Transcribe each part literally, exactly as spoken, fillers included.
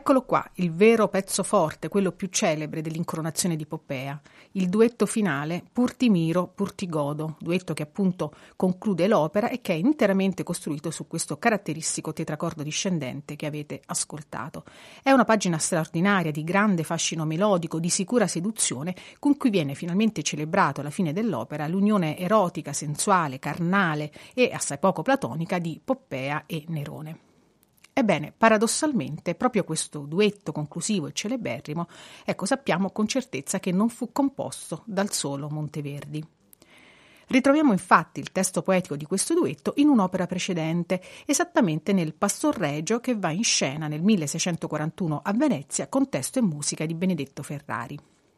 Eccolo qua, il vero pezzo forte, quello più celebre dell'incoronazione di Poppea, il duetto finale Pur ti miro, pur ti godo, duetto che appunto conclude l'opera e che è interamente costruito su questo caratteristico tetracordo discendente che avete ascoltato. È una pagina straordinaria di grande fascino melodico, di sicura seduzione, con cui viene finalmente celebrato alla fine dell'opera l'unione erotica, sensuale, carnale e assai poco platonica di Poppea e Nerone. Ebbene, paradossalmente, proprio questo duetto conclusivo e celeberrimo, ecco, sappiamo con certezza che non fu composto dal solo Monteverdi. Ritroviamo infatti il testo poetico di questo duetto in un'opera precedente, esattamente nel Pastor Regio che va in scena nel milleseicentoquarantuno a Venezia con testo e musica di Benedetto Ferrari.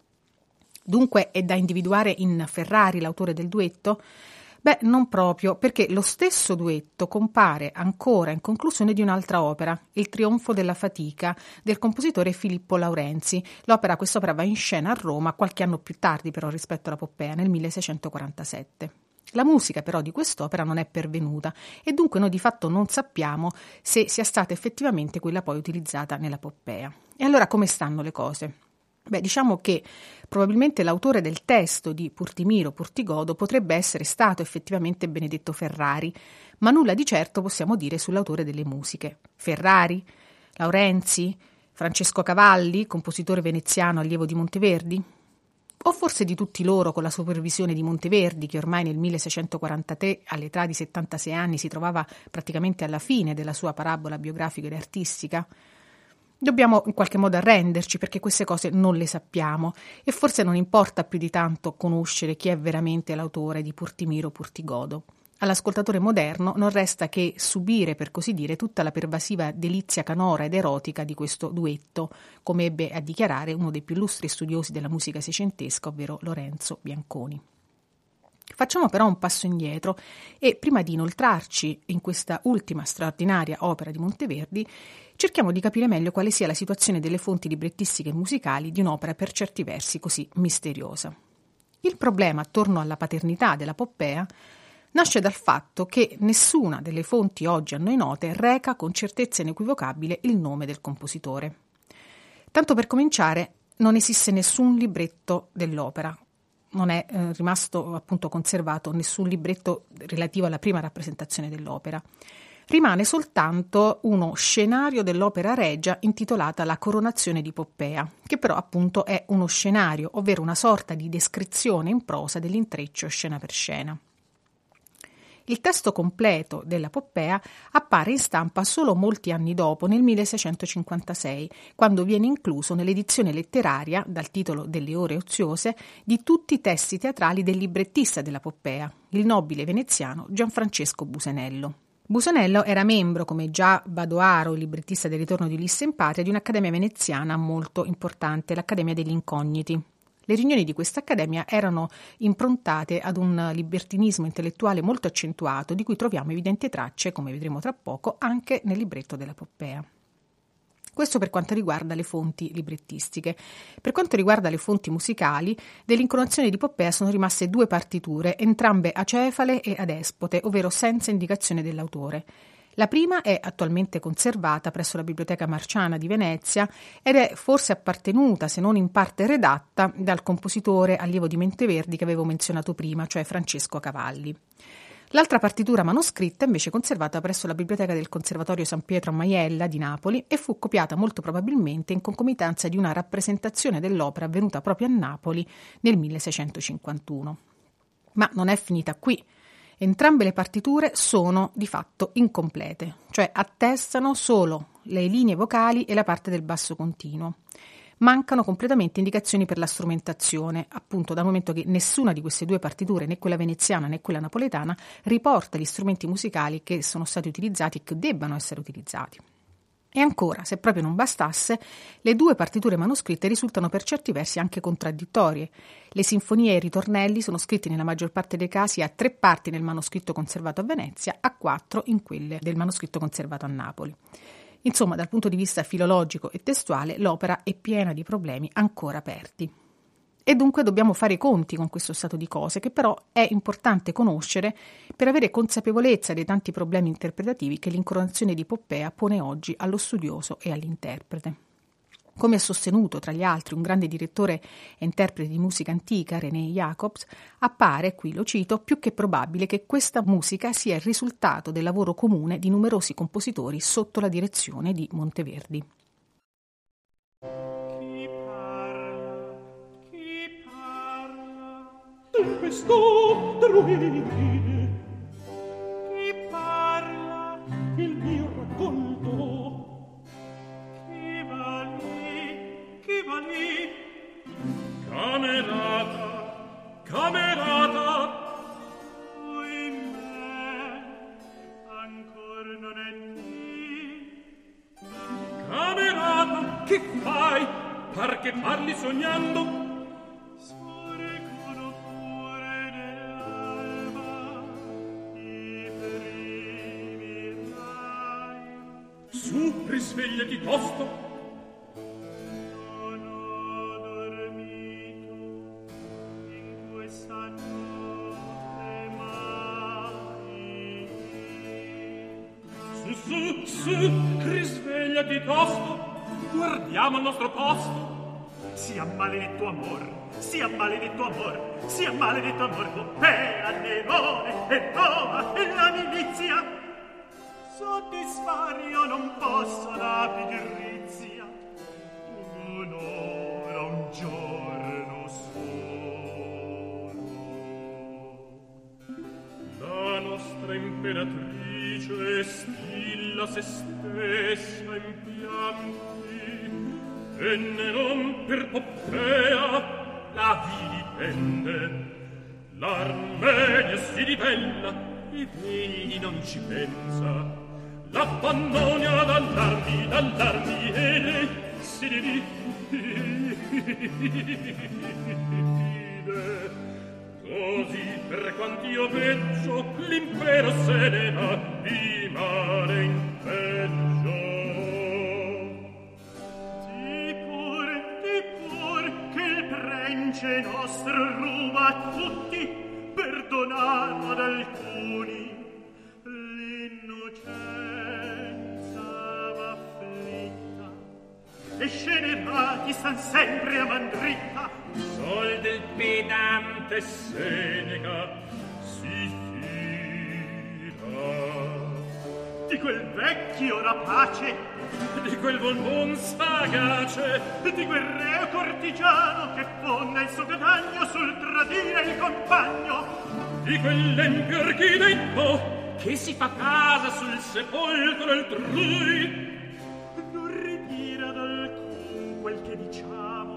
Dunque è da individuare in Ferrari l'autore del duetto? Beh, non proprio, perché lo stesso duetto compare ancora in conclusione di un'altra opera, Il trionfo della fatica, del compositore Filippo Laurenzi. L'opera, quest'opera va in scena a Roma qualche anno più tardi però rispetto alla Poppea, nel milleseicentoquarantasette. La musica però di quest'opera non è pervenuta e dunque noi di fatto non sappiamo se sia stata effettivamente quella poi utilizzata nella Poppea. E allora come stanno le cose? Beh, diciamo che probabilmente l'autore del testo di Pur ti miro, pur ti godo potrebbe essere stato effettivamente Benedetto Ferrari, ma nulla di certo possiamo dire sull'autore delle musiche. Ferrari? Laurenzi? Francesco Cavalli, compositore veneziano allievo di Monteverdi? O forse di tutti loro con la supervisione di Monteverdi, che ormai nel milleseicentoquarantatré, all'età di settantasei anni, si trovava praticamente alla fine della sua parabola biografica ed artistica? Dobbiamo in qualche modo arrenderci perché queste cose non le sappiamo e forse non importa più di tanto conoscere chi è veramente l'autore di Pur ti miro, pur ti godo. All'ascoltatore moderno non resta che subire, per così dire, tutta la pervasiva delizia canora ed erotica di questo duetto, come ebbe a dichiarare uno dei più illustri studiosi della musica seicentesca, ovvero Lorenzo Bianconi. Facciamo però un passo indietro e prima di inoltrarci in questa ultima straordinaria opera di Monteverdi cerchiamo di capire meglio quale sia la situazione delle fonti librettistiche e musicali di un'opera per certi versi così misteriosa. Il problema attorno alla paternità della Poppea nasce dal fatto che nessuna delle fonti oggi a noi note reca con certezza inequivocabile il nome del compositore. Tanto per cominciare, non esiste nessun libretto dell'opera. Non è eh, rimasto appunto conservato nessun libretto relativo alla prima rappresentazione dell'opera. Rimane soltanto uno scenario dell'opera regia intitolata La coronazione di Poppea, che però appunto è uno scenario, ovvero una sorta di descrizione in prosa dell'intreccio scena per scena. Il testo completo della Poppea appare in stampa solo molti anni dopo, nel milleseicentocinquantasei, quando viene incluso nell'edizione letteraria, dal titolo Delle ore oziose, di tutti i testi teatrali del librettista della Poppea, il nobile veneziano Gianfrancesco Busenello. Busenello era membro, come già Badoaro, il librettista del Ritorno di Ulisse in Patria, di un'accademia veneziana molto importante, l'Accademia degli Incogniti. Le riunioni di questa accademia erano improntate ad un libertinismo intellettuale molto accentuato, di cui troviamo evidenti tracce, come vedremo tra poco, anche nel libretto della Poppea. Questo per quanto riguarda le fonti librettistiche. Per quanto riguarda le fonti musicali, dell'incoronazione di Poppea sono rimaste due partiture, entrambe acefale e adespote, ovvero senza indicazione dell'autore. La prima è attualmente conservata presso la Biblioteca Marciana di Venezia ed è forse appartenuta, se non in parte redatta, dal compositore allievo di Monteverdi che avevo menzionato prima, cioè Francesco Cavalli. L'altra partitura manoscritta invece è conservata presso la Biblioteca del Conservatorio San Pietro a Maiella di Napoli e fu copiata molto probabilmente in concomitanza di una rappresentazione dell'opera avvenuta proprio a Napoli nel milleseicentocinquantuno. Ma non è finita qui. Entrambe le partiture sono di fatto incomplete, cioè attestano solo le linee vocali e la parte del basso continuo. Mancano completamente indicazioni per la strumentazione, appunto dal momento che nessuna di queste due partiture, né quella veneziana né quella napoletana, riporta gli strumenti musicali che sono stati utilizzati e che debbano essere utilizzati. E ancora, se proprio non bastasse, le due partiture manoscritte risultano per certi versi anche contraddittorie. Le sinfonie e i ritornelli sono scritti nella maggior parte dei casi a tre parti nel manoscritto conservato a Venezia, a quattro in quelle del manoscritto conservato a Napoli. Insomma, dal punto di vista filologico e testuale, l'opera è piena di problemi ancora aperti. E dunque dobbiamo fare i conti con questo stato di cose, che però è importante conoscere per avere consapevolezza dei tanti problemi interpretativi che l'incoronazione di Poppea pone oggi allo studioso e all'interprete. Come ha sostenuto, tra gli altri, un grande direttore e interprete di musica antica, René Jacobs, appare, qui lo cito, più che probabile che questa musica sia il risultato del lavoro comune di numerosi compositori sotto la direzione di Monteverdi. Chi parla, chi parla, questo druide, chi parla, il mio racconto. Chi va lì? Camerata, camerata, oimè, ancor non è lì. Camerata, che fai? Par che parli sognando? Sorgono pure nell'alba i primi rai. Su, risvegliati tosto. Su, su, risvegliati tosto, guardiamo al nostro posto. Sia maledetto amor, sia maledetto amor, sia maledetto amor, Poppea, Nerone e Roma e la milizia. Soddisfar io non posso la pigrizia, un'ora, un giorno solo. La nostra imperatrice stilla se stessa in pianti, e ne non per Poppea la vipende. L'Armenia si ribella ed egli non ci pensa, l'abbandonia dall'armi, dall'armi e lei si divide. Così per quant'io veggio l'impero se ne va di male in peggio. Di pur, di pur che il prence nostro ruba a tutti, perdonato ad alcuni l'innocenza va afflitta, e scenerati stan sempre a man dritta. Sol del pedante Seneca si fida di quel vecchio rapace, di quel bonbon sagace, di quel reo cortigiano che fonda il suo guadagno sul tradire il compagno, di quell'empio archidetto che si fa casa sul sepolcro altrui. Non ritira ad alcun quel che diciamo,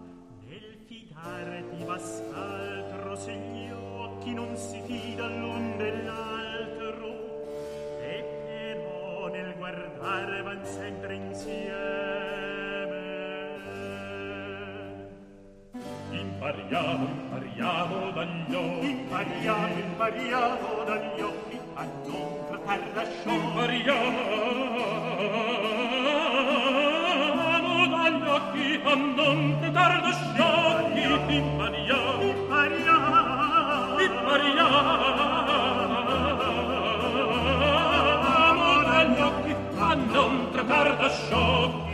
di bass'altro se gli occhi non si fida l'un dell'altro, e però nel guardare van sempre insieme. Impariamo, impariamo dagli occhi, impariamo, impariamo dagli occhi a non tratar da sciocchi. Impariamo dagli occhi a non tratar da sciocchi. Impariamo, impariamo, impariamo dagli occhi a non tratar da sciocchi.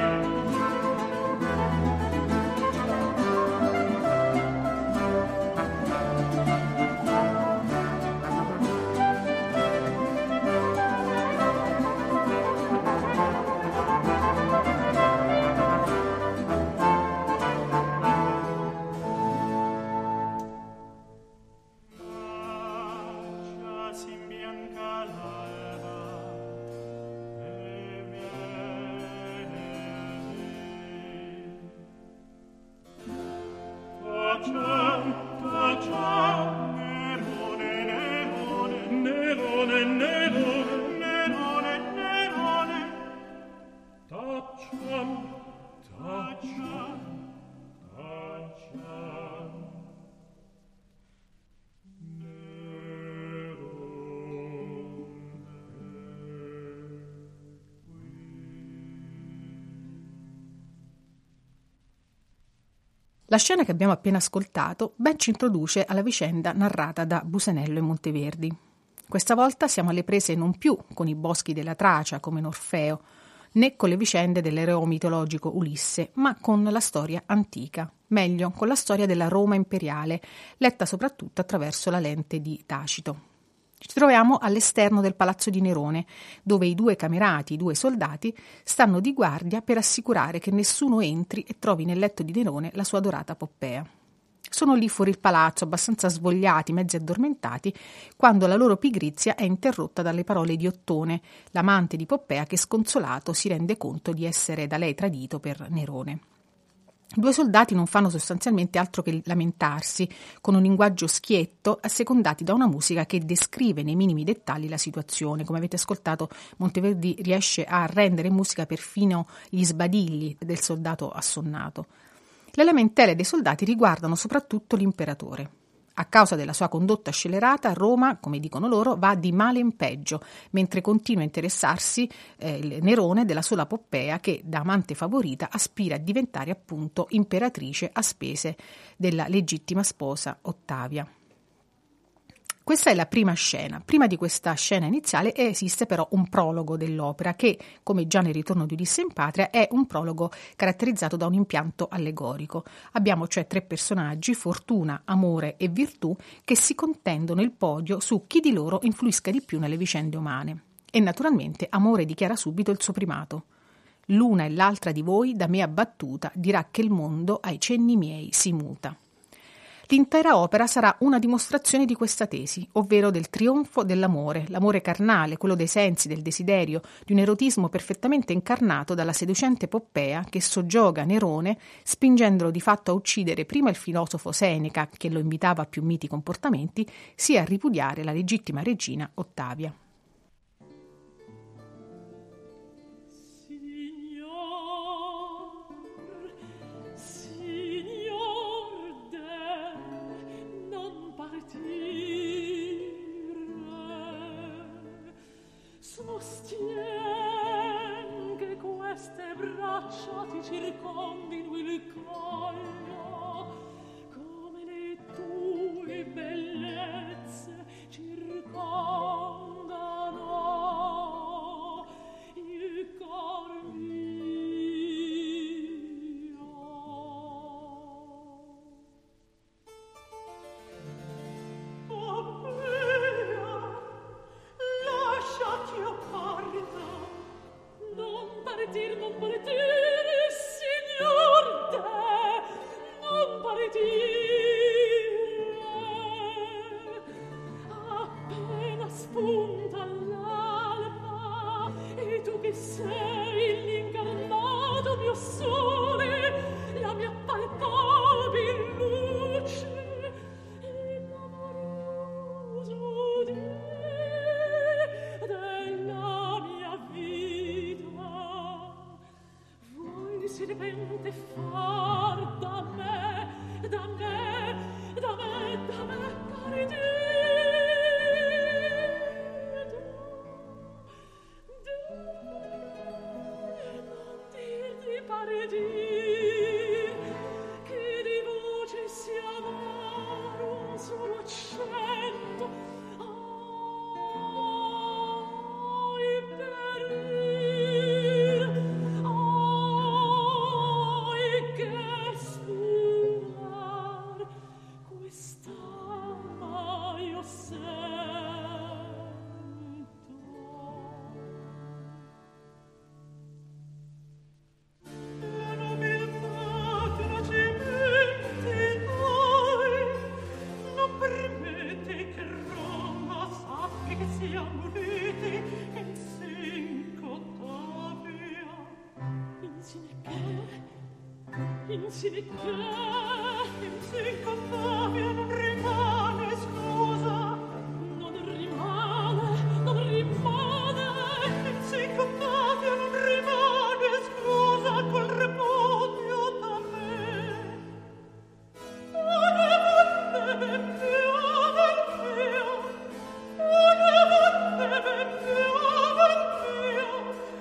La scena che abbiamo appena ascoltato ben ci introduce alla vicenda narrata da Busanello e Monteverdi. Questa volta siamo alle prese non più con i boschi della Tracia come in Orfeo, né con le vicende dell'ereo mitologico Ulisse, ma con la storia antica, meglio, con la storia della Roma imperiale, letta soprattutto attraverso la lente di Tacito. Ci troviamo all'esterno del palazzo di Nerone, dove i due camerati, i due soldati, stanno di guardia per assicurare che nessuno entri e trovi nel letto di Nerone la sua adorata Poppea. Sono lì fuori il palazzo, abbastanza svogliati, mezzi addormentati, quando la loro pigrizia è interrotta dalle parole di Ottone, l'amante di Poppea, che sconsolato si rende conto di essere da lei tradito per Nerone. I due soldati non fanno sostanzialmente altro che lamentarsi, con un linguaggio schietto, assecondati da una musica che descrive nei minimi dettagli la situazione. Come avete ascoltato, Monteverdi riesce a rendere musica perfino gli sbadigli del soldato assonnato. Le lamentele dei soldati riguardano soprattutto l'imperatore. A causa della sua condotta scellerata, Roma, come dicono loro, va di male in peggio, mentre continua a interessarsi eh, il Nerone della sola Poppea che, da amante favorita, aspira a diventare appunto imperatrice a spese della legittima sposa Ottavia. Questa è la prima scena. Prima di questa scena iniziale esiste però un prologo dell'opera che, come già nel Ritorno di Ulisse in Patria, è un prologo caratterizzato da un impianto allegorico. Abbiamo cioè tre personaggi, Fortuna, Amore e Virtù, che si contendono il podio su chi di loro influisca di più nelle vicende umane. E naturalmente Amore dichiara subito il suo primato. L'una e l'altra di voi, da me abbattuta, dirà che il mondo ai cenni miei si muta. L'intera opera sarà una dimostrazione di questa tesi, ovvero del trionfo dell'amore, l'amore carnale, quello dei sensi, del desiderio, di un erotismo perfettamente incarnato dalla seducente Poppea che soggioga Nerone, spingendolo di fatto a uccidere prima il filosofo Seneca, che lo invitava a più miti comportamenti, sia a ripudiare la legittima regina Ottavia. Sostien che queste braccia ti circondino il collo, come le tue bellezze circondano il cor mio. Partir, non partir, signor te, non partire. Appena spunta l'alba, e tu che sei l'incarnato mio sole, la mia palpabile luce, e l'amoroso Dio della mia vita. Si dipende far da me, da me, da me, da me, partir. Non dir di partir, che di voce si amar un solo accento. Oh, iperir, oh, che spumar, quest'alma io sento. La nobiltà tragimente noi non permette che Roma sappi che siamo uniti in cinque Ottavia. Insine che, insine che, in cinque Ottavia non rimane scusa, non rimane, non rimane, in cinque Ottavia non rimane scusa col repudio da me. Ora vorrebbe più del mio, ora vorrebbe più del mio,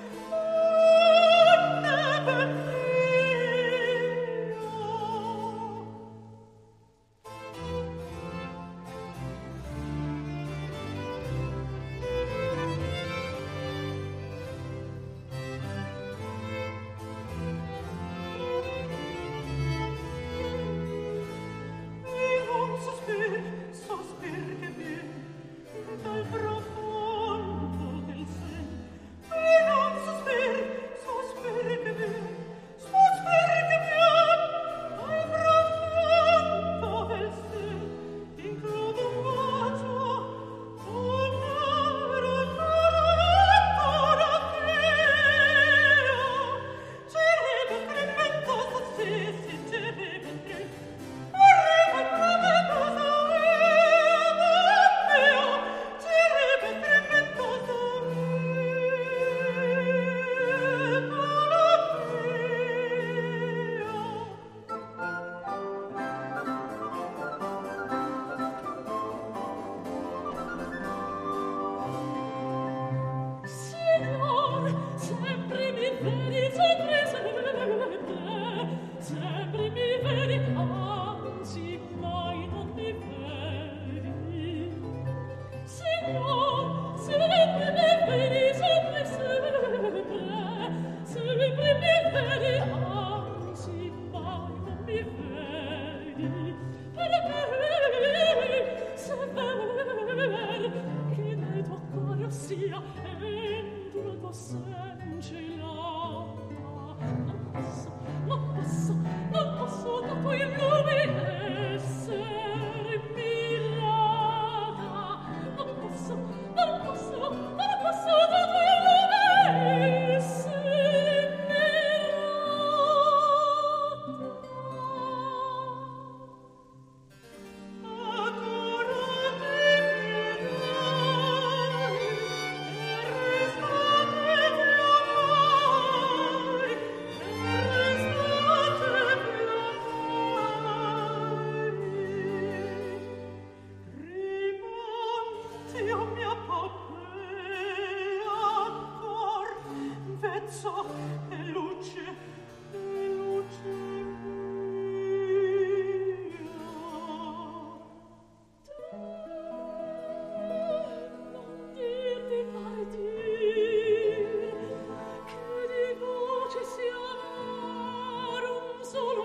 vorrebbe mio.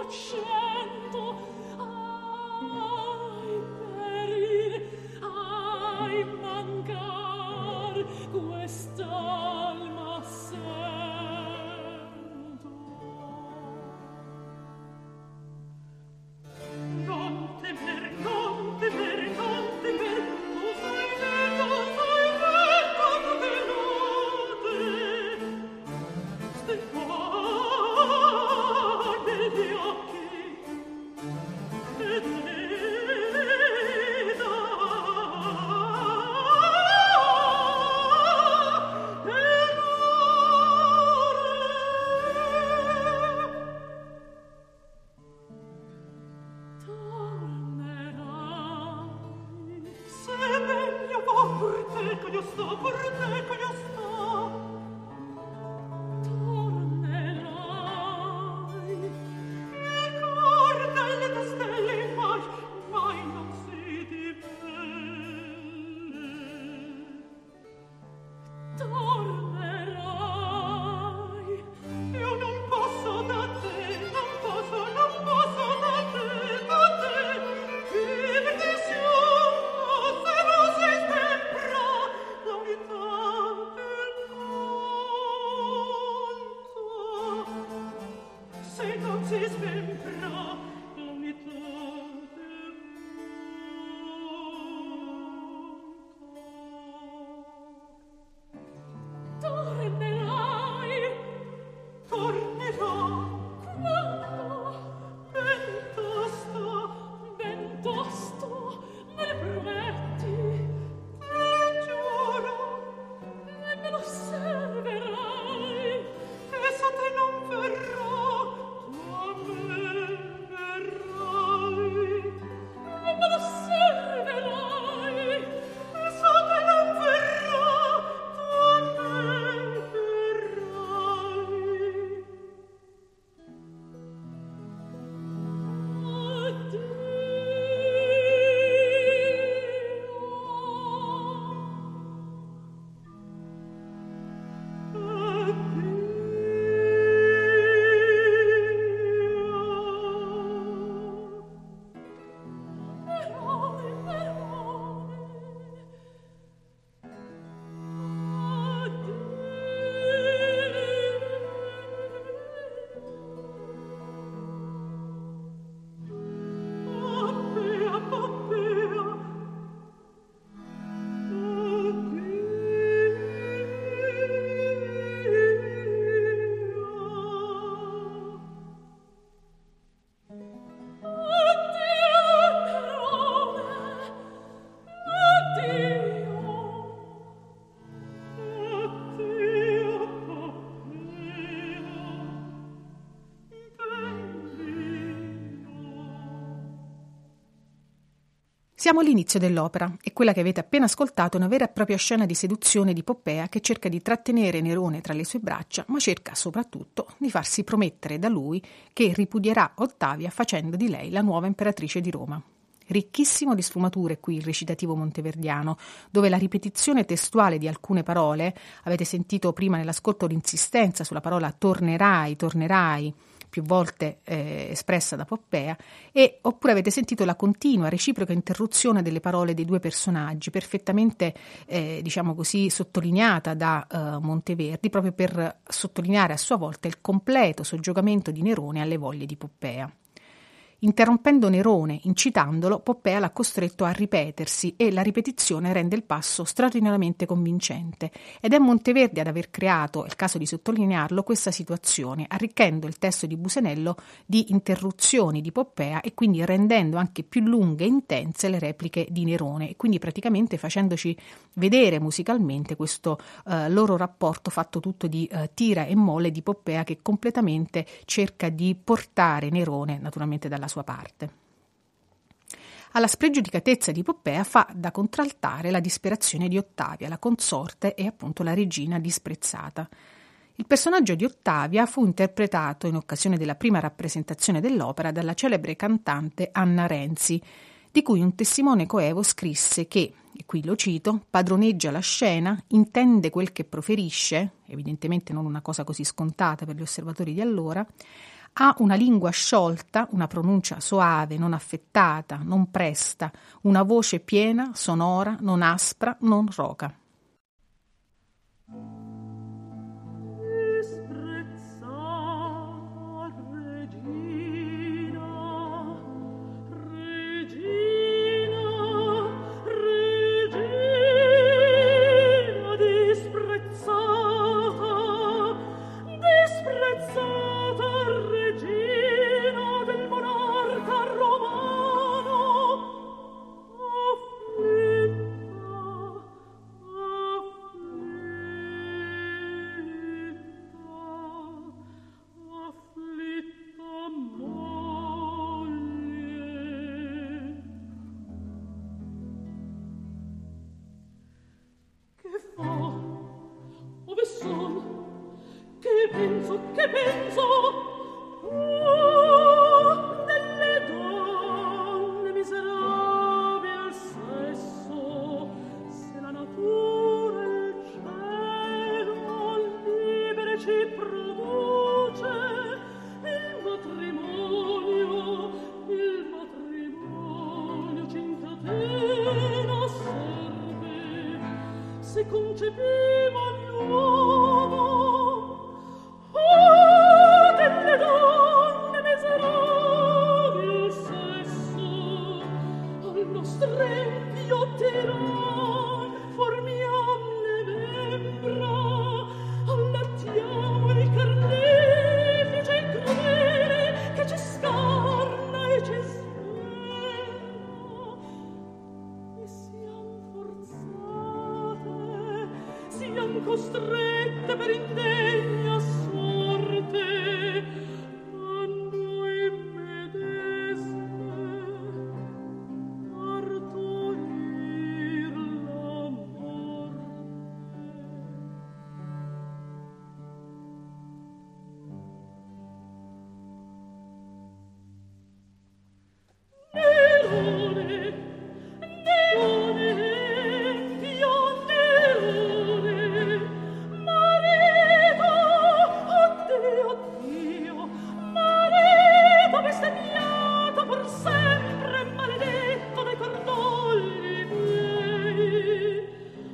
Siamo all'inizio dell'opera e quella che avete appena ascoltato è una vera e propria scena di seduzione di Poppea che cerca di trattenere Nerone tra le sue braccia, ma cerca soprattutto di farsi promettere da lui che ripudierà Ottavia facendo di lei la nuova imperatrice di Roma. Ricchissimo di sfumature qui il recitativo monteverdiano, dove la ripetizione testuale di alcune parole, avete sentito prima nell'ascolto l'insistenza sulla parola tornerai, tornerai, più volte eh, espressa da Poppea, e oppure avete sentito la continua, reciproca interruzione delle parole dei due personaggi, perfettamente, eh, diciamo così, sottolineata da eh, Monteverdi, proprio per sottolineare a sua volta il completo soggiogamento di Nerone alle voglie di Poppea. Interrompendo Nerone, incitandolo, Poppea l'ha costretto a ripetersi e la ripetizione rende il passo straordinariamente convincente. Ed è Monteverdi ad aver creato, è il caso di sottolinearlo, questa situazione, arricchendo il testo di Busenello di interruzioni di Poppea e quindi rendendo anche più lunghe e intense le repliche di Nerone e quindi praticamente facendoci vedere musicalmente questo eh, loro rapporto fatto tutto di eh, tira e molle di Poppea che completamente cerca di portare Nerone naturalmente dalla sua parte. Alla spregiudicatezza di Poppea fa da contraltare la disperazione di Ottavia, la consorte e appunto la regina disprezzata. Il personaggio di Ottavia fu interpretato in occasione della prima rappresentazione dell'opera dalla celebre cantante Anna Renzi, di cui un testimone coevo scrisse che, e qui lo cito, padroneggia la scena, intende quel che proferisce, evidentemente non una cosa così scontata per gli osservatori di allora, Ha una lingua sciolta, una pronuncia soave, non affettata, non presta, una voce piena, sonora, non aspra, non roca. Costrette per indegna sorte a noi medesime partorir la morte. Nerone, Nerone, Dio Nerone, marito, oddio, oddio, marito bestemmiato per sempre, maledetto dai cordogli miei.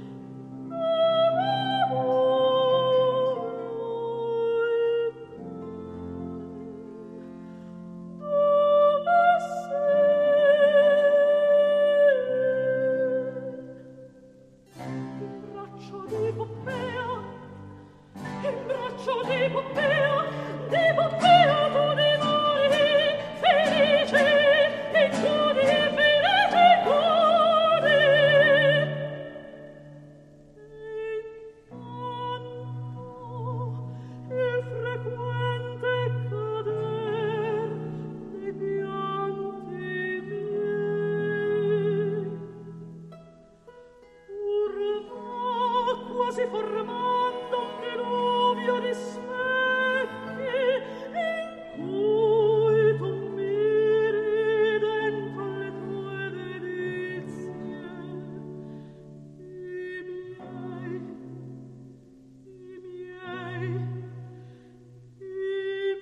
Quasi formando un diluvio di specchi in cui tu miri dentro le tue delizie, i miei, i miei, i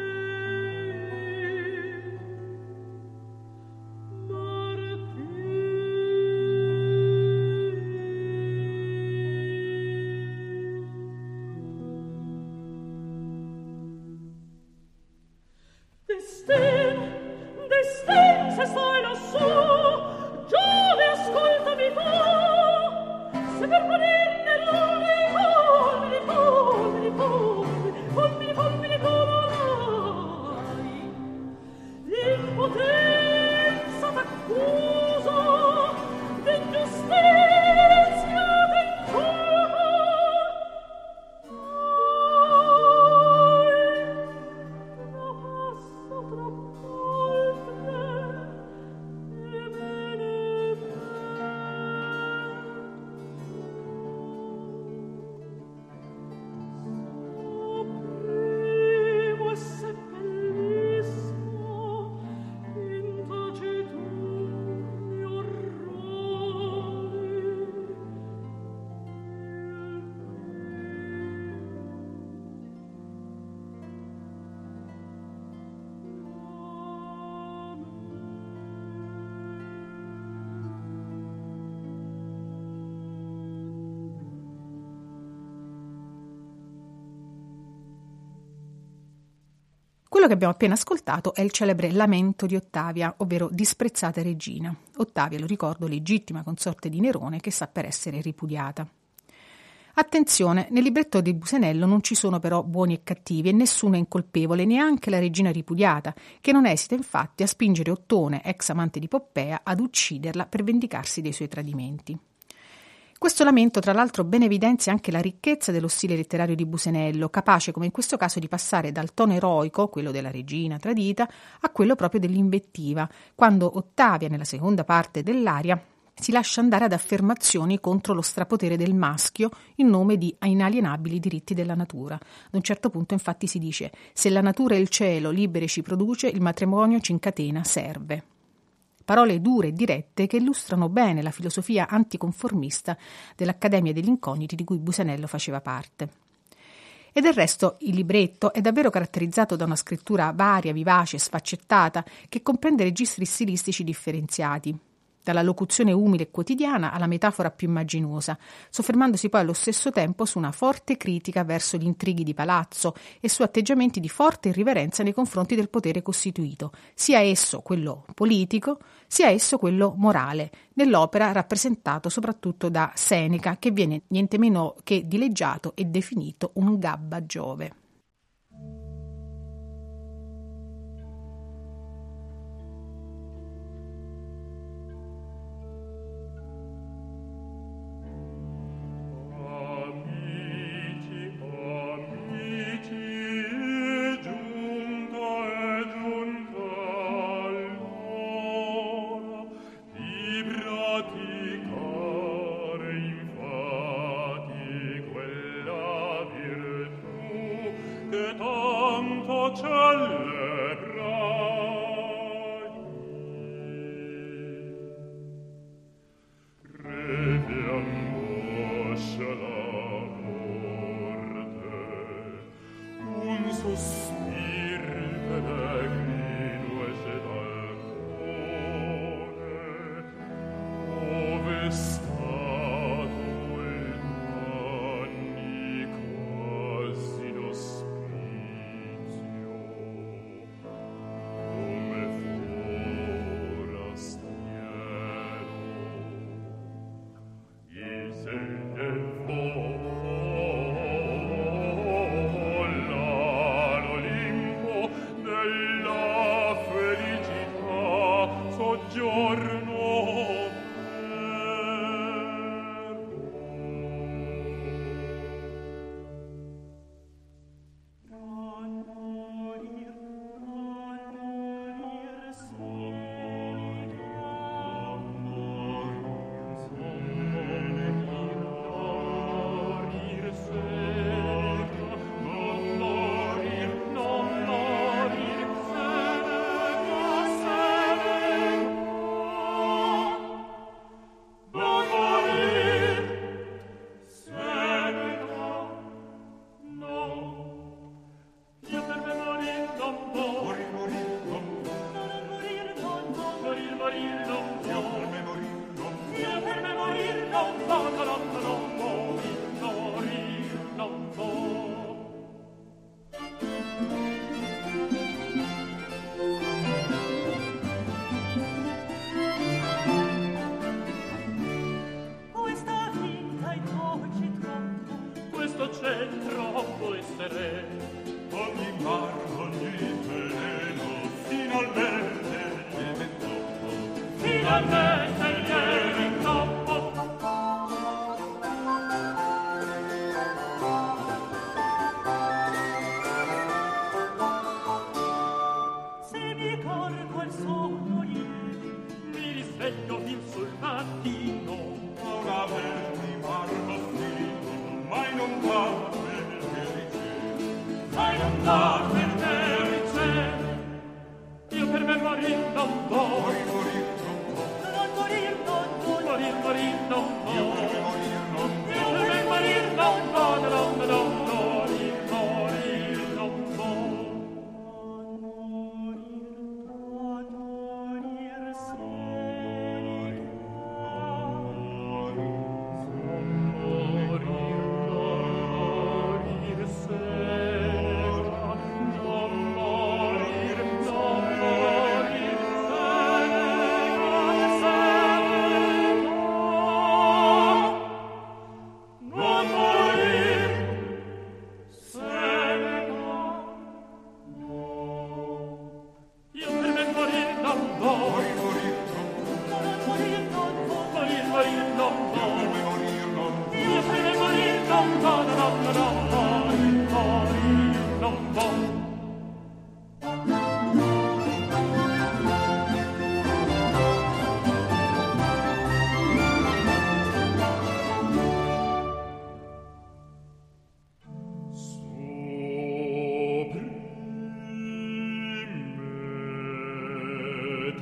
miei Destin, destin, se stai lassù, Giove, ascoltami tu, se per morire Nerone, polmini, polmini, polmini, polmini, polmini, colorai, l'impotenza t'accuso, d'ingiustizia t'ingiuro. Quello che abbiamo appena ascoltato è il celebre Lamento di Ottavia, ovvero Disprezzata regina. Ottavia, lo ricordo, legittima consorte di Nerone che sta per essere ripudiata. Attenzione, nel libretto di Busenello non ci sono però buoni e cattivi e nessuno è incolpevole, neanche la regina ripudiata, che non esita infatti a spingere Ottone, ex amante di Poppea, ad ucciderla per vendicarsi dei suoi tradimenti. Questo lamento, tra l'altro, ben evidenzia anche la ricchezza dello stile letterario di Busenello, capace, come in questo caso, di passare dal tono eroico, quello della regina tradita, a quello proprio dell'invettiva, quando Ottavia, nella seconda parte dell'aria, si lascia andare ad affermazioni contro lo strapotere del maschio in nome di inalienabili diritti della natura. Ad un certo punto infatti si dice: se la natura e il cielo libere ci produce, il matrimonio ci incatena, serve. Parole dure e dirette che illustrano bene la filosofia anticonformista dell'Accademia degli Incogniti di cui Busenello faceva parte. E del resto il libretto è davvero caratterizzato da una scrittura varia, vivace, sfaccettata, che comprende registri stilistici differenziati, dalla locuzione umile e quotidiana alla metafora più immaginosa, soffermandosi poi allo stesso tempo su una forte critica verso gli intrighi di palazzo e su atteggiamenti di forte irriverenza nei confronti del potere costituito, sia esso quello politico, sia esso quello morale, nell'opera rappresentato soprattutto da Seneca, che viene niente meno che dileggiato e definito un gabba Giove. Morir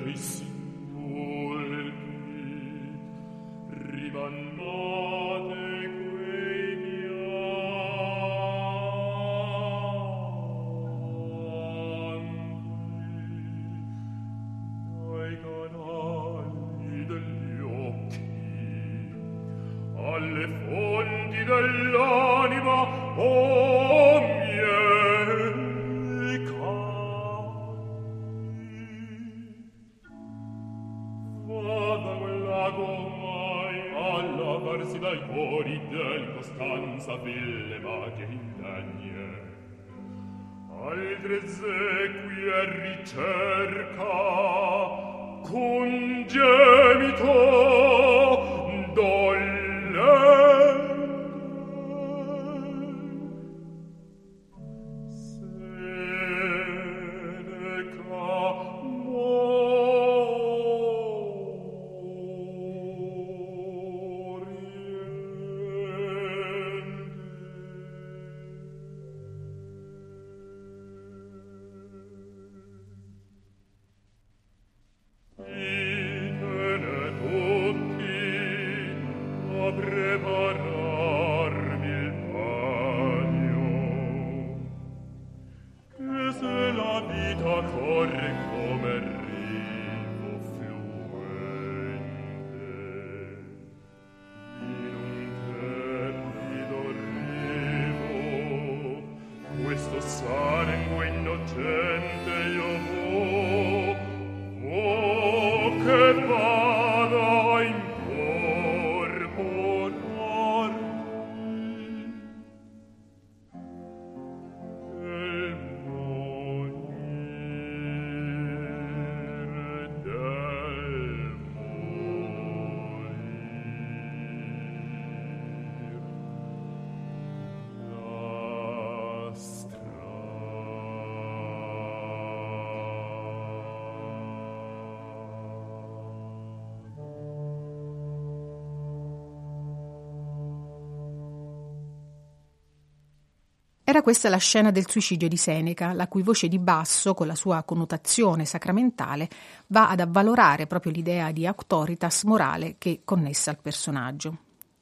Era questa la scena del suicidio di Seneca, la cui voce di basso, con la sua connotazione sacramentale, va ad avvalorare proprio l'idea di auctoritas morale che è connessa al personaggio.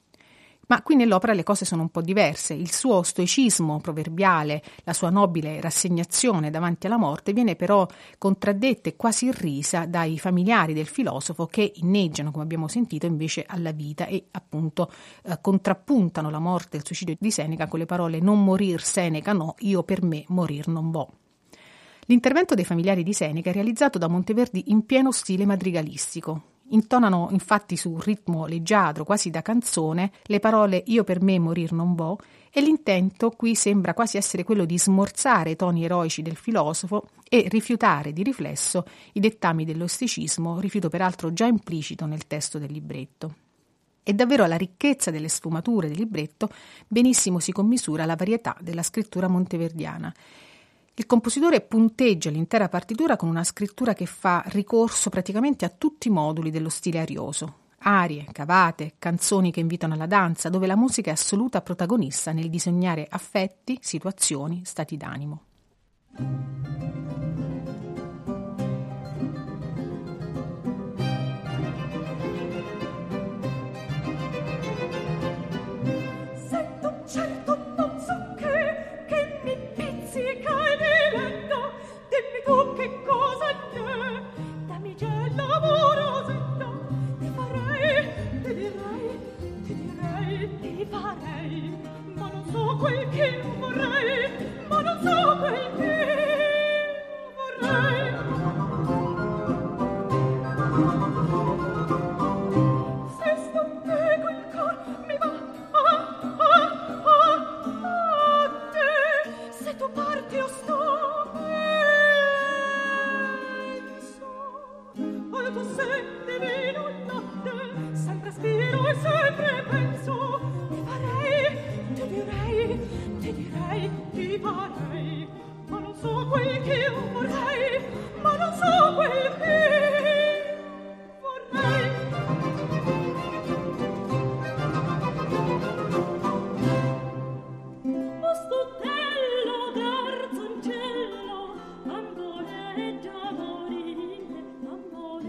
Ma qui nell'opera le cose sono un po' diverse. Il suo stoicismo proverbiale, la sua nobile rassegnazione davanti alla morte viene però contraddetta e quasi irrisa dai familiari del filosofo che inneggiano, come abbiamo sentito, invece alla vita e appunto eh, contrappuntano la morte e il suicidio di Seneca con le parole «non morir Seneca no, io per me morir non vo». L'intervento dei familiari di Seneca è realizzato da Monteverdi in pieno stile madrigalistico. Intonano infatti su un ritmo leggiadro, quasi da canzone, le parole «io per me morir non vo», e l'intento qui sembra quasi essere quello di smorzare i toni eroici del filosofo e rifiutare di riflesso i dettami dell'osticismo, rifiuto peraltro già implicito nel testo del libretto. E davvero alla ricchezza delle sfumature del libretto benissimo si commisura la varietà della scrittura monteverdiana. Il compositore punteggia l'intera partitura con una scrittura che fa ricorso praticamente a tutti i moduli dello stile arioso. Arie, cavate, canzoni che invitano alla danza, dove la musica è assoluta protagonista nel disegnare affetti, situazioni, stati d'animo. Tu che cosa c'è? Damigella amorosetta, ti farei, ti direi, ti direi, ti farei, ma non so quel che vorrei, ma non so quel che vorrei. Se sto te quel cor mi va a, a, a, a te, se tu parti o sto tu senti vino latte, sempre spiro e sempre penso, ti farei, ti direi, ti direi, ti farei, ma non so quel che io vorrei, ma non so quel che vorrei. Mastuttello d'Arzancello, bamboleggia morire, bamboleggia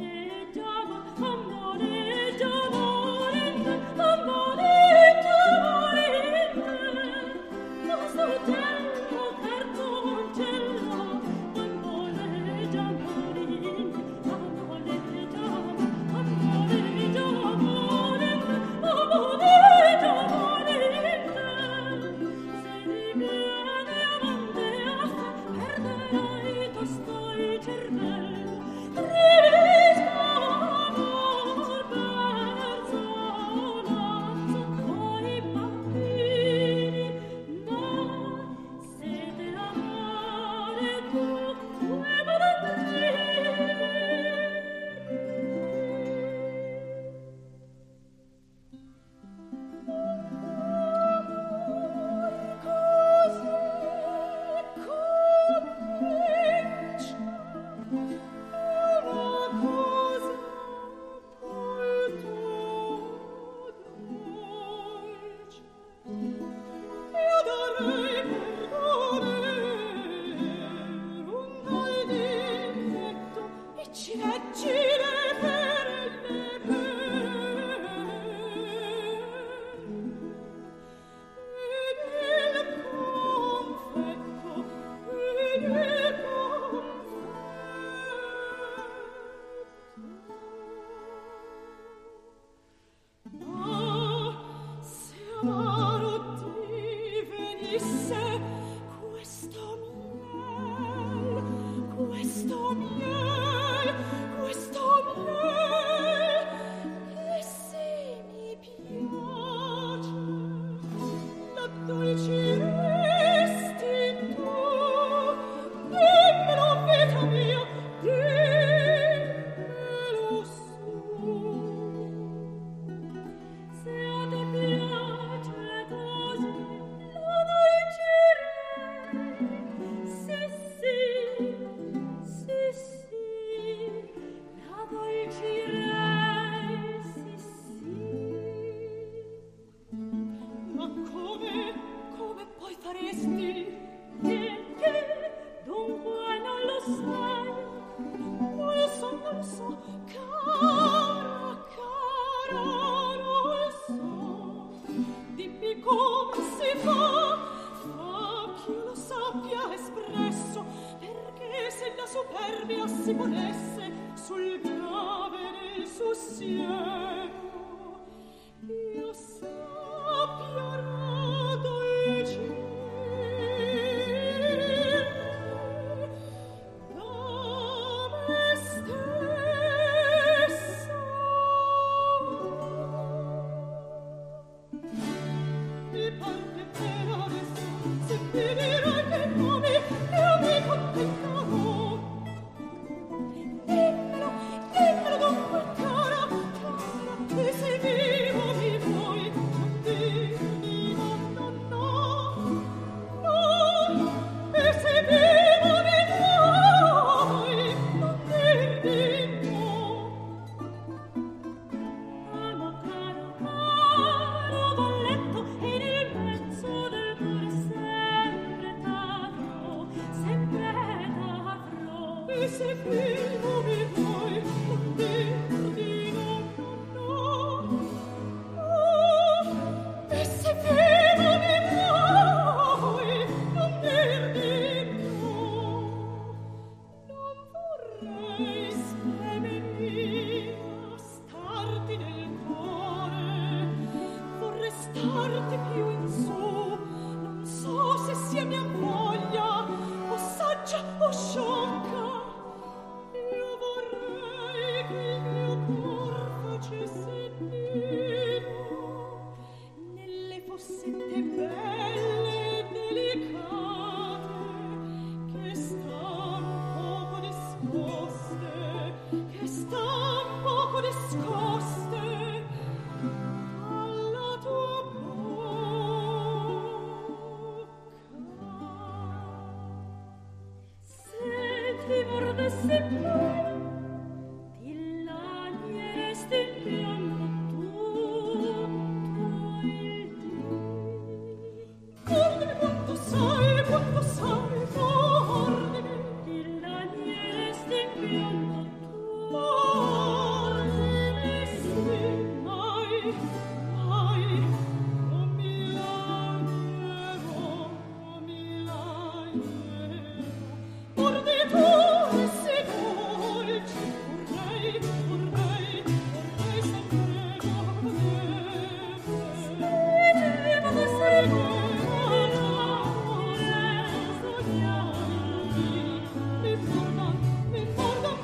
Mi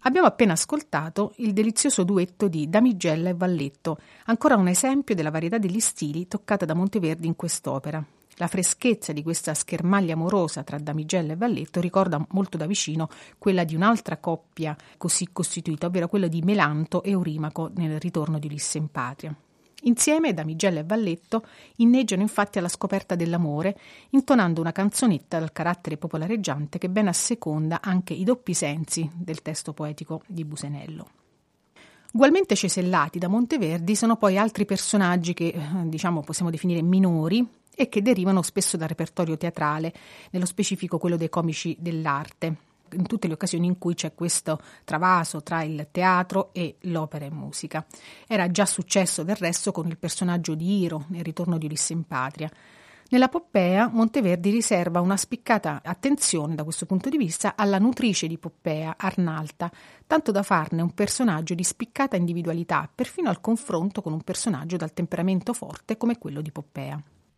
Abbiamo appena ascoltato il delizioso duetto di Damigella e Valletto, ancora un esempio della varietà degli stili toccata da Monteverdi in quest'opera. La freschezza di questa schermaglia amorosa tra Damigella e Valletto ricorda molto da vicino quella di un'altra coppia così costituita, ovvero quella di Melanto e Eurimaco nel Ritorno di Ulisse in patria. Insieme Damigella e Valletto inneggiano infatti alla scoperta dell'amore, intonando una canzonetta dal carattere popolareggiante che ben asseconda anche i doppi sensi del testo poetico di Busenello. Ugualmente cesellati da Monteverdi sono poi altri personaggi che, diciamo, possiamo definire minori e che derivano spesso dal repertorio teatrale, nello specifico quello dei comici dell'arte, in tutte le occasioni in cui c'è questo travaso tra il teatro e l'opera e musica. Era già successo del resto con il personaggio di Iro nel Ritorno di Ulisse in patria. Nella Poppea Monteverdi riserva una spiccata attenzione da questo punto di vista alla nutrice di Poppea, Arnalta, tanto da farne un personaggio di spiccata individualità, perfino al confronto con un personaggio dal temperamento forte come quello di Poppea.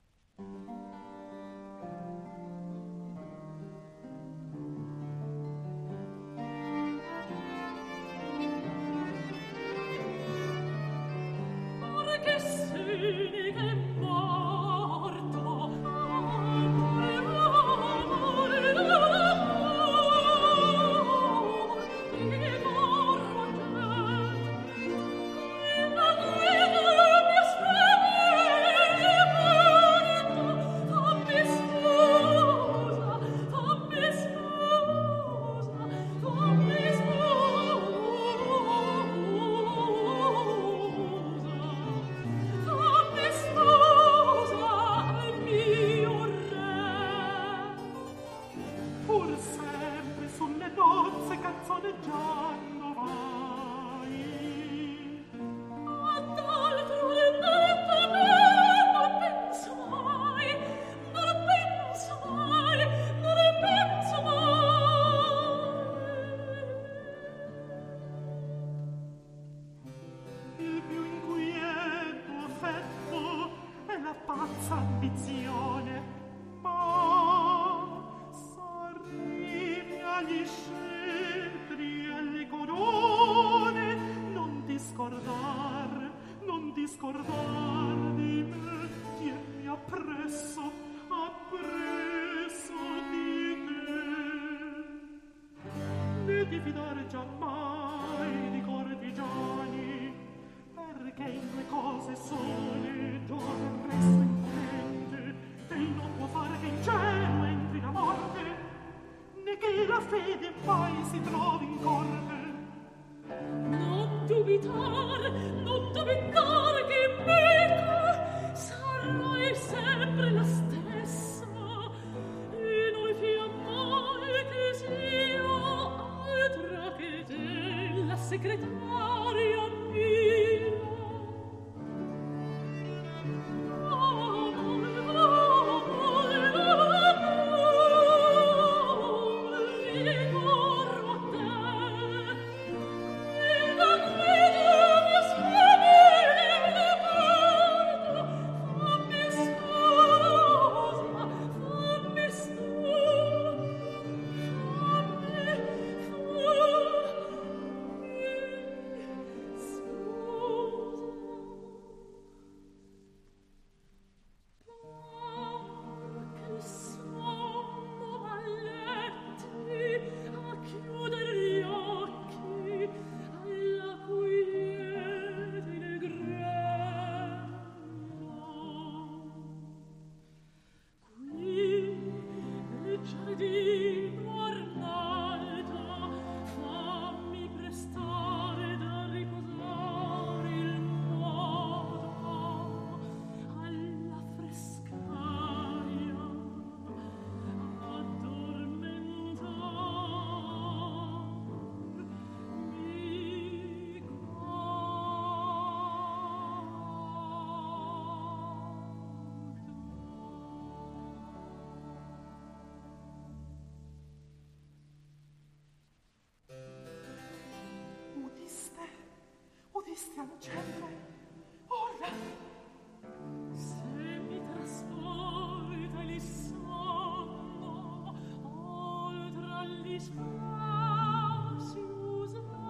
Udiste ancelle, ora se mi trasporta il sonno oltre agli spazi usati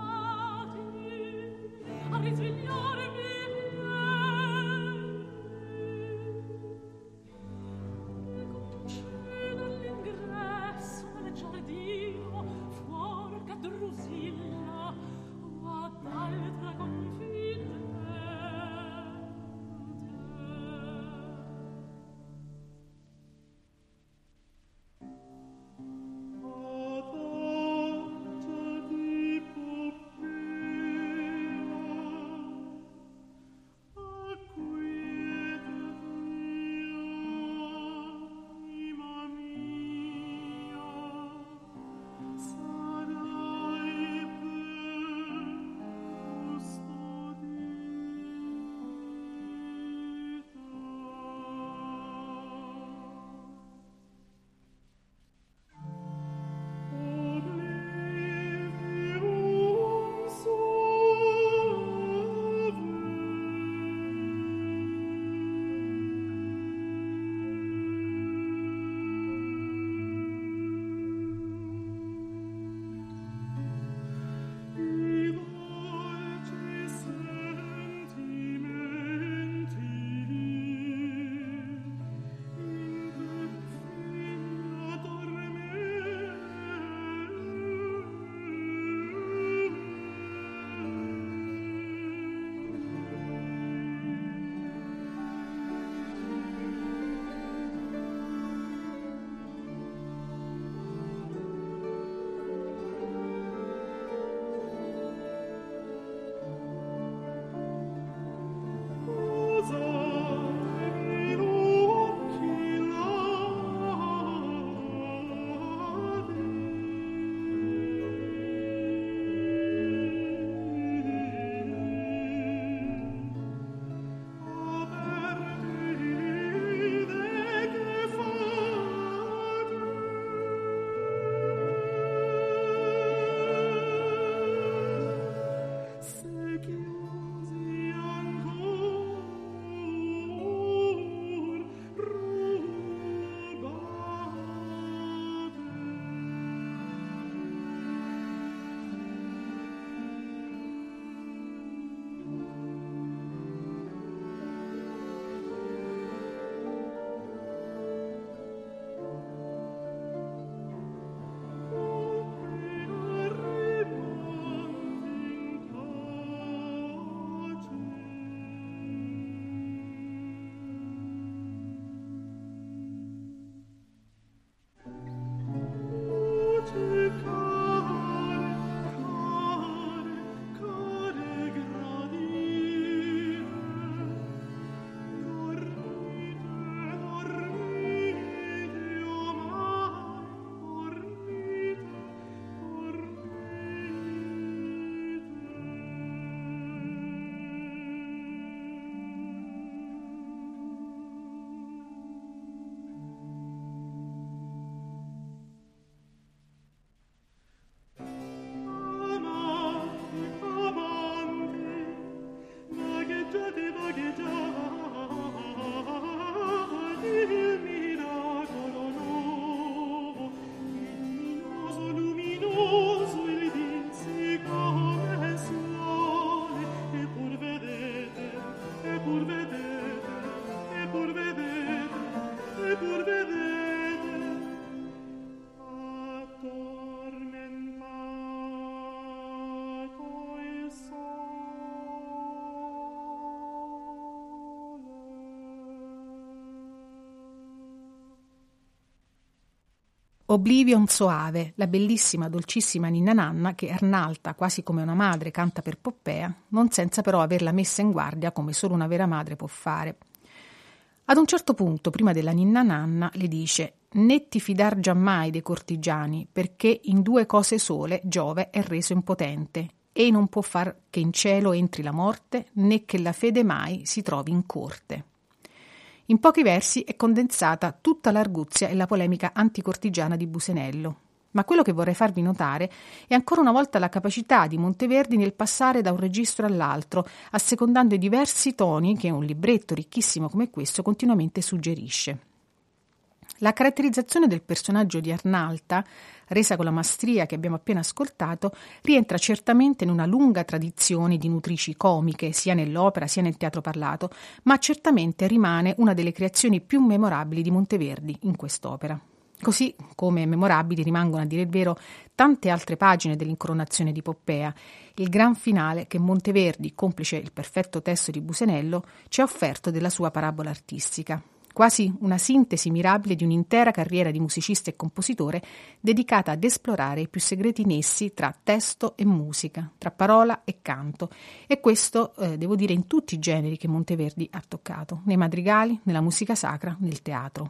Oblivion Soave, la bellissima, dolcissima Ninna Nanna che Arnalta, quasi come una madre, canta per Poppea, non senza però averla messa in guardia come solo una vera madre può fare. Ad un certo punto, prima della Ninna Nanna, le dice: «Né ti fidar giammai dei cortigiani, perché in due cose sole Giove è reso impotente, e non può far che in cielo entri la morte, né che la fede mai si trovi in corte». In pochi versi è condensata tutta l'arguzia e la polemica anticortigiana di Busenello. Ma quello che vorrei farvi notare è ancora una volta la capacità di Monteverdi nel passare da un registro all'altro, assecondando i diversi toni che un libretto ricchissimo come questo continuamente suggerisce. La caratterizzazione del personaggio di Arnalta, resa con la maestria che abbiamo appena ascoltato, rientra certamente in una lunga tradizione di nutrici comiche, sia nell'opera sia nel teatro parlato, ma certamente rimane una delle creazioni più memorabili di Monteverdi in quest'opera. Così come memorabili rimangono, a dire il vero, tante altre pagine dell'incoronazione di Poppea, il gran finale che Monteverdi, complice il perfetto testo di Busenello, ci ha offerto della sua parabola artistica. Quasi una sintesi mirabile di un'intera carriera di musicista e compositore dedicata ad esplorare i più segreti nessi tra testo e musica, tra parola e canto. E questo, eh, devo dire, in tutti i generi che Monteverdi ha toccato, nei madrigali, nella musica sacra, nel teatro.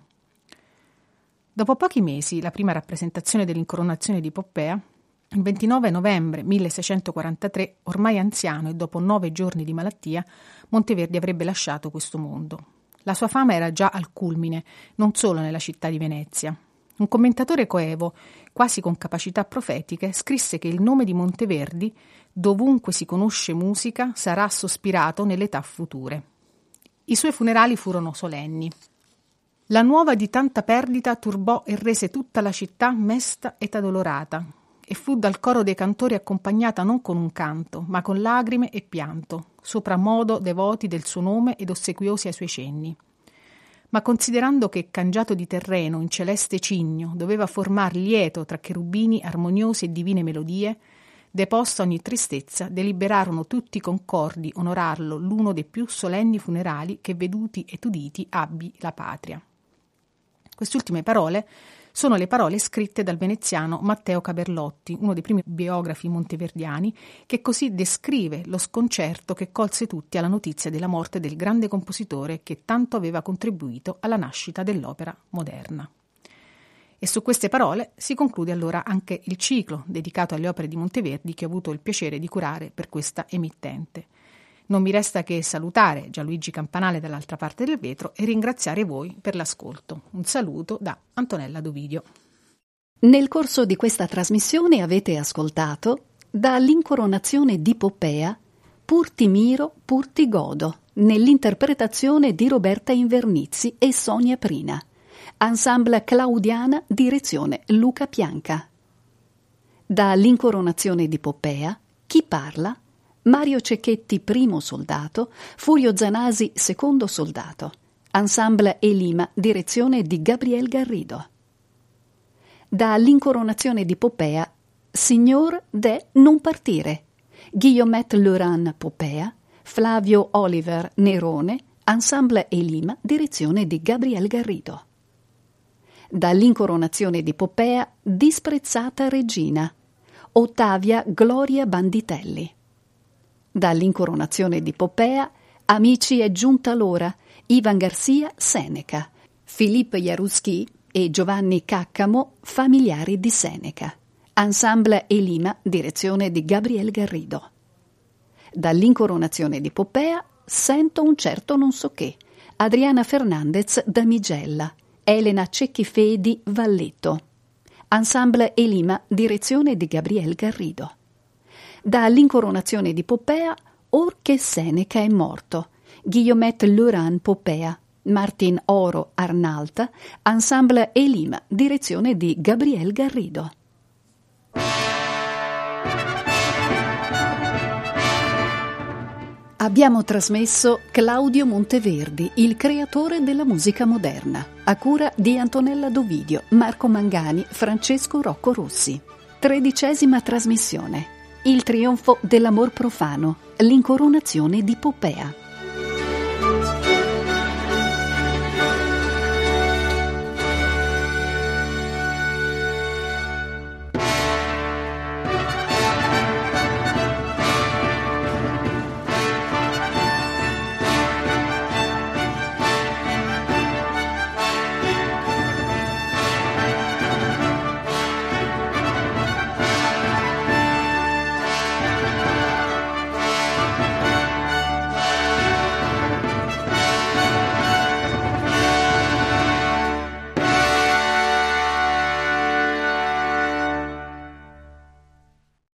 Dopo pochi mesi, la prima rappresentazione dell'incoronazione di Poppea, il ventinove novembre milleseicentoquarantatré, ormai anziano e dopo nove giorni di malattia, Monteverdi avrebbe lasciato questo mondo. La sua fama era già al culmine, non solo nella città di Venezia. Un commentatore coevo, quasi con capacità profetiche, scrisse che il nome di Monteverdi, dovunque si conosce musica, sarà sospirato nelle età future. I suoi funerali furono solenni. La nuova di tanta perdita turbò e rese tutta la città mesta ed addolorata, e fu dal coro dei cantori accompagnata non con un canto, ma con lagrime e pianto, sopra modo devoti del suo nome ed ossequiosi ai suoi cenni. Ma considerando che, cangiato di terreno in celeste cigno, doveva formar lieto tra cherubini armoniosi e divine melodie, deposta ogni tristezza, deliberarono tutti concordi onorarlo l'uno dei più solenni funerali che veduti ed uditi abbi la patria. Queste ultime parole sono le parole scritte dal veneziano Matteo Caberlotti, uno dei primi biografi monteverdiani, che così descrive lo sconcerto che colse tutti alla notizia della morte del grande compositore che tanto aveva contribuito alla nascita dell'opera moderna. E su queste parole si conclude allora anche il ciclo dedicato alle opere di Monteverdi che ho avuto il piacere di curare per questa emittente. Non mi resta che salutare Gianluigi Campanale dall'altra parte del vetro e ringraziare voi per l'ascolto. Un saluto da Antonella Dovidio. Nel corso di questa trasmissione avete ascoltato dall'incoronazione di Poppea Pur ti miro, pur ti godo, nell'interpretazione di Roberta Invernizzi e Sonia Prina. Ensemble Claudiana, direzione Luca Pianca. Dall'incoronazione di Poppea Chi parla? Mario Cecchetti, primo soldato, Furio Zanasi, secondo soldato. Ensemble Elima, direzione di Gabriel Garrido. Dall'incoronazione di Poppea, Signor de non partire, Guillaumet Leurant Poppea, Flavio Oliver Nerone, Ensemble Elima, direzione di Gabriel Garrido. Dall'incoronazione di Poppea, Disprezzata regina, Ottavia Gloria Banditelli. Dall'incoronazione di Poppea, Amici è giunta l'ora, Ivan Garcia Seneca, Philippe Jaruski e Giovanni Caccamo, familiari di Seneca. Ensemble Elima, direzione di Gabriel Garrido. Dall'incoronazione di Poppea, Sento un certo non so che, Adriana Fernandez Damigella, Elena Cecchifedi Valletto. Ensemble Elima, direzione di Gabriel Garrido. Dall'incoronazione di Poppea, Or che Seneca è morto, Guillaumet Leurant Poppea, Martin Oro Arnalta, Ensemble Elima, direzione di Gabriel Garrido. Abbiamo trasmesso Claudio Monteverdi, il creatore della musica moderna, a cura di Antonella Dovidio, Marco Mangani, Francesco Rocco Rossi. Tredicesima trasmissione. Il trionfo dell'amor profano, l'incoronazione di Poppea.